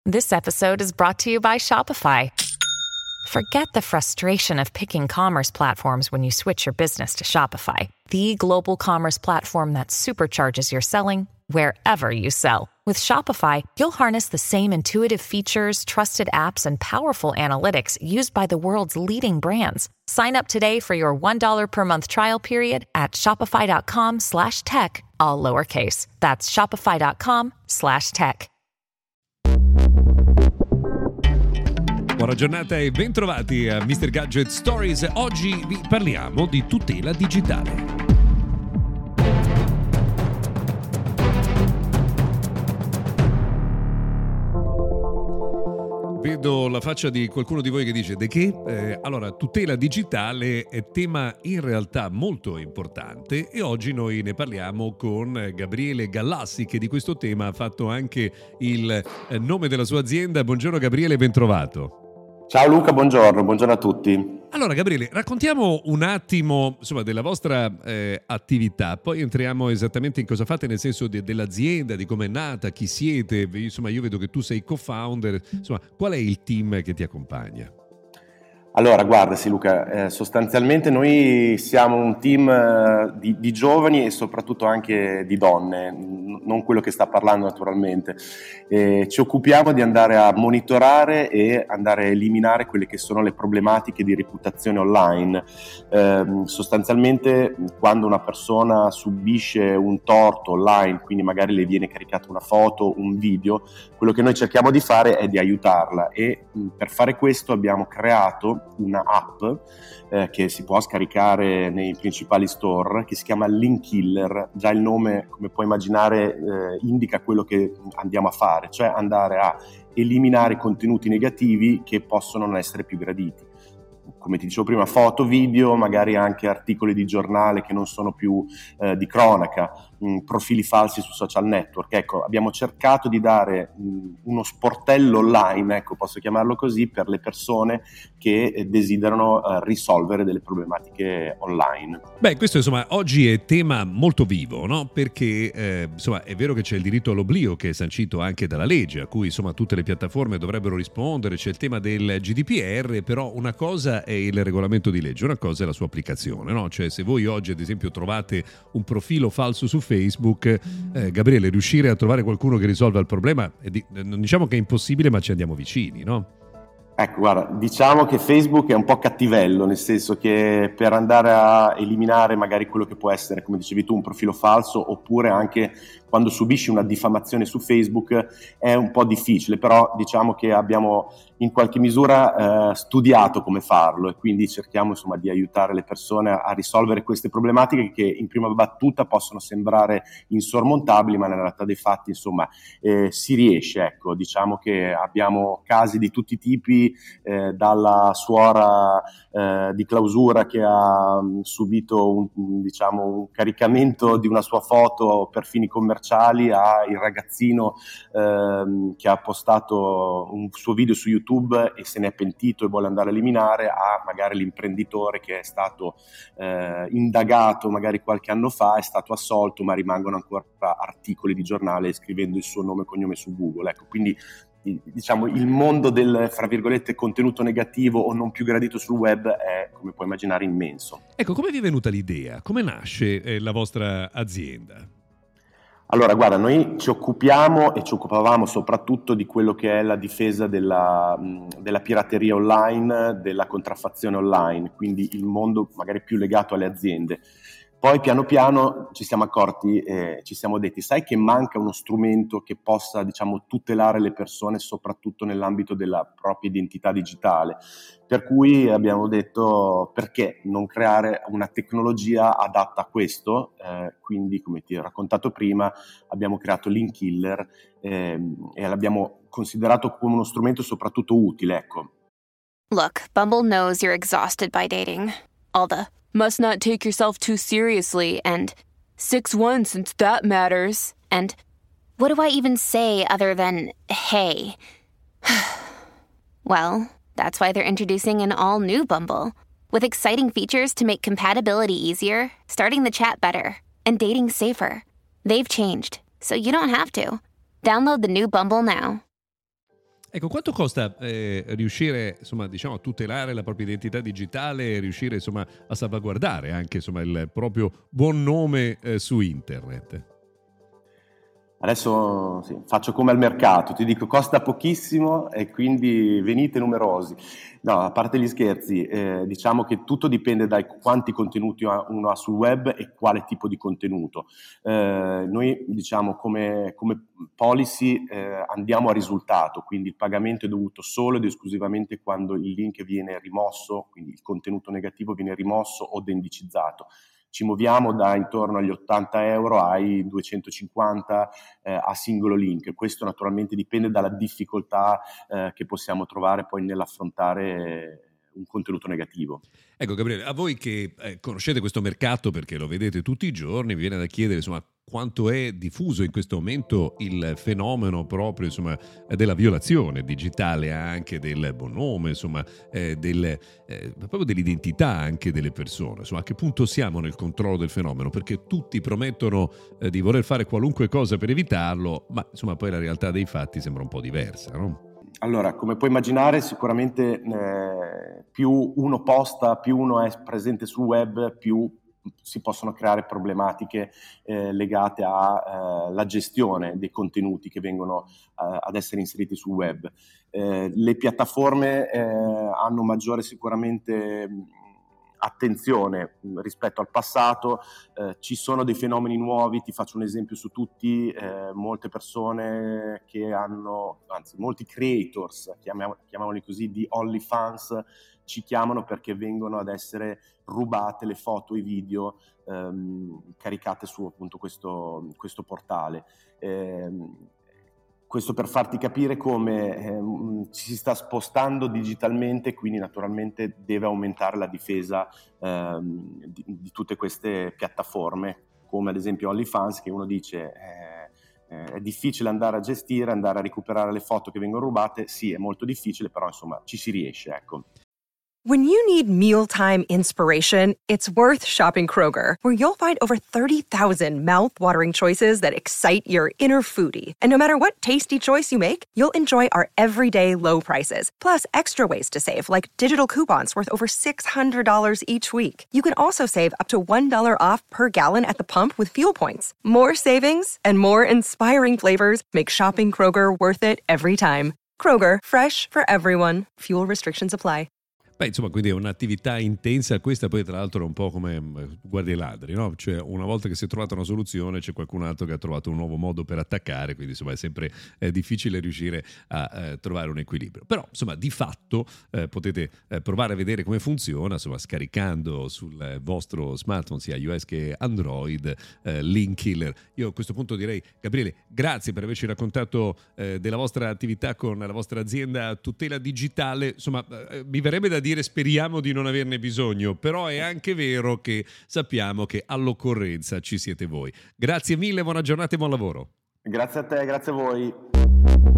This episode is brought to you by Shopify. Forget the frustration of picking commerce platforms when you switch your business to Shopify, the global commerce platform that supercharges your selling wherever you sell. With Shopify, you'll harness the same intuitive features, trusted apps, and powerful analytics used by the world's leading brands. Sign up today for your $1 per month trial period at shopify.com/tech, all lowercase. That's shopify.com/tech. Buona giornata e bentrovati a Mr. Gadget Stories. Oggi vi parliamo di tutela digitale. Vedo la faccia di qualcuno di voi che dice «De che?» Allora, tutela digitale è tema in realtà molto importante e oggi noi ne parliamo con Gabriele Gallassi, che di questo tema ha fatto anche il nome della sua azienda. Buongiorno Gabriele, bentrovato. Ciao Luca, buongiorno a tutti. Allora Gabriele, raccontiamo un attimo della vostra attività, poi entriamo esattamente in cosa fate, nel senso dell'azienda, di come è nata, chi siete. Insomma, io vedo che tu sei co-founder, insomma, qual è il team che ti accompagna? Allora, guarda, sì Luca, sostanzialmente noi siamo un team di giovani e soprattutto anche di donne, non quello che sta parlando naturalmente. Ci occupiamo di andare a monitorare e andare a eliminare quelle che sono le problematiche di reputazione online. Sostanzialmente quando una persona subisce un torto online, quindi magari le viene caricata una foto, un video, quello che noi cerchiamo di fare è di aiutarla e per fare questo abbiamo creato una app che si può scaricare nei principali store, che si chiama Link Killer. Già il nome, come puoi immaginare, indica quello che andiamo a fare, cioè andare a eliminare contenuti negativi che possono non essere più graditi. Come ti dicevo prima, foto, video, magari anche articoli di giornale che non sono più di cronaca, profili falsi su social network. Ecco, abbiamo cercato di dare uno sportello online, ecco, posso chiamarlo così, per le persone che desiderano risolvere delle problematiche online. Beh, questo insomma oggi è tema molto vivo, no? Perché insomma è vero che c'è il diritto all'oblio che è sancito anche dalla legge, a cui insomma tutte le piattaforme dovrebbero rispondere, c'è il tema del GDPR, però una cosa è il regolamento di legge, una cosa è la sua applicazione, no? Cioè se voi oggi ad esempio trovate un profilo falso su Facebook, Gabriele, riuscire a trovare qualcuno che risolva il problema non diciamo che è impossibile, ma ci andiamo vicini, no? Ecco, guarda, diciamo che Facebook è un po' cattivello, nel senso che per andare a eliminare magari quello che può essere, come dicevi tu, un profilo falso, oppure anche quando subisci una diffamazione su Facebook è un po' difficile, però diciamo che abbiamo in qualche misura studiato come farlo e quindi cerchiamo insomma di aiutare le persone a risolvere queste problematiche che in prima battuta possono sembrare insormontabili, ma nella realtà dei fatti insomma si riesce. Ecco, diciamo che abbiamo casi di tutti i tipi, dalla suora di clausura che ha subito un caricamento di una sua foto per fini commerciali, a il ragazzino che ha postato un suo video su YouTube e se ne è pentito e vuole andare a eliminare, a magari l'imprenditore che è stato indagato magari qualche anno fa, è stato assolto, ma rimangono ancora articoli di giornale scrivendo il suo nome e cognome su Google. Ecco, quindi diciamo il mondo del, fra virgolette, contenuto negativo o non più gradito sul web è, come puoi immaginare, immenso. Ecco, come vi è venuta l'idea? Come nasce la vostra azienda? Allora, guarda, noi ci occupiamo e ci occupavamo soprattutto di quello che è la difesa della pirateria online, della contraffazione online, quindi il mondo magari più legato alle aziende. Poi piano piano ci siamo accorti e ci siamo detti, sai che manca uno strumento che possa, diciamo, tutelare le persone soprattutto nell'ambito della propria identità digitale. Per cui abbiamo detto, perché non creare una tecnologia adatta a questo? Quindi, come ti ho raccontato prima, abbiamo creato Link Killer e l'abbiamo considerato come uno strumento soprattutto utile, ecco. Look, Bumble knows you're exhausted by dating. All the must not take yourself too seriously and 6'1" since that matters. And what do I even say other than hey? Well, that's why they're introducing an all-new Bumble with exciting features to make compatibility easier, starting the chat better, and dating safer. They've changed, so you don't have to. Download the new Bumble now. Ecco, quanto costa riuscire, insomma, diciamo, a tutelare la propria identità digitale e riuscire, insomma, a salvaguardare anche, insomma, il proprio buon nome su internet? Adesso sì, faccio come al mercato, ti dico costa pochissimo e quindi venite numerosi. No, a parte gli scherzi, diciamo che tutto dipende da quanti contenuti uno ha sul web e quale tipo di contenuto. Noi diciamo come policy andiamo a risultato, quindi il pagamento è dovuto solo ed esclusivamente quando il link viene rimosso, quindi il contenuto negativo viene rimosso o deindicizzato. Ci muoviamo da intorno agli 80 euro ai 250 a singolo link. Questo naturalmente dipende dalla difficoltà che possiamo trovare poi nell'affrontare un contenuto negativo. Ecco Gabriele, a voi che conoscete questo mercato perché lo vedete tutti i giorni, vi viene da chiedere insomma quanto è diffuso in questo momento il fenomeno proprio insomma della violazione digitale anche del buon nome, insomma proprio dell'identità anche delle persone. Insomma, a che punto siamo nel controllo del fenomeno? Perché tutti promettono di voler fare qualunque cosa per evitarlo, ma insomma poi la realtà dei fatti sembra un po' diversa, no? Allora, come puoi immaginare, sicuramente più uno posta, più uno è presente sul web, più si possono creare problematiche legate alla gestione dei contenuti che vengono ad essere inseriti sul web. Le piattaforme hanno maggiore sicuramente attenzione rispetto al passato, ci sono dei fenomeni nuovi, ti faccio un esempio su tutti, molte persone che hanno, anzi molti creators, chiamiamoli così, di OnlyFans, ci chiamano perché vengono ad essere rubate le foto e i video caricate su appunto questo portale. Questo per farti capire come ci si sta spostando digitalmente, quindi naturalmente deve aumentare la difesa di tutte queste piattaforme, come ad esempio OnlyFans, che uno dice è difficile andare a gestire, andare a recuperare le foto che vengono rubate. Sì, è molto difficile, però insomma ci si riesce, ecco. When you need mealtime inspiration, it's worth shopping Kroger, where you'll find over 30,000 mouth-watering choices that excite your inner foodie. And no matter what tasty choice you make, you'll enjoy our everyday low prices, plus extra ways to save, like digital coupons worth over $600 each week. You can also save up to $1 off per gallon at the pump with fuel points. More savings and more inspiring flavors make shopping Kroger worth it every time. Kroger, fresh for everyone. Fuel restrictions apply. Beh, insomma, quindi è un'attività intensa, questa poi tra l'altro è un po' come guardia ai ladri, no? Cioè una volta che si è trovata una soluzione c'è qualcun altro che ha trovato un nuovo modo per attaccare, quindi insomma è sempre difficile riuscire a trovare un equilibrio. Però insomma di fatto potete provare a vedere come funziona, insomma scaricando sul vostro smartphone sia iOS che Android Link Killer. Io a questo punto direi, Gabriele, grazie per averci raccontato della vostra attività con la vostra azienda Tutela Digitale. Insomma mi verrebbe da dire speriamo di non averne bisogno, però è anche vero che sappiamo che all'occorrenza ci siete voi. Grazie mille, buona giornata e buon lavoro. Grazie a te, grazie a voi.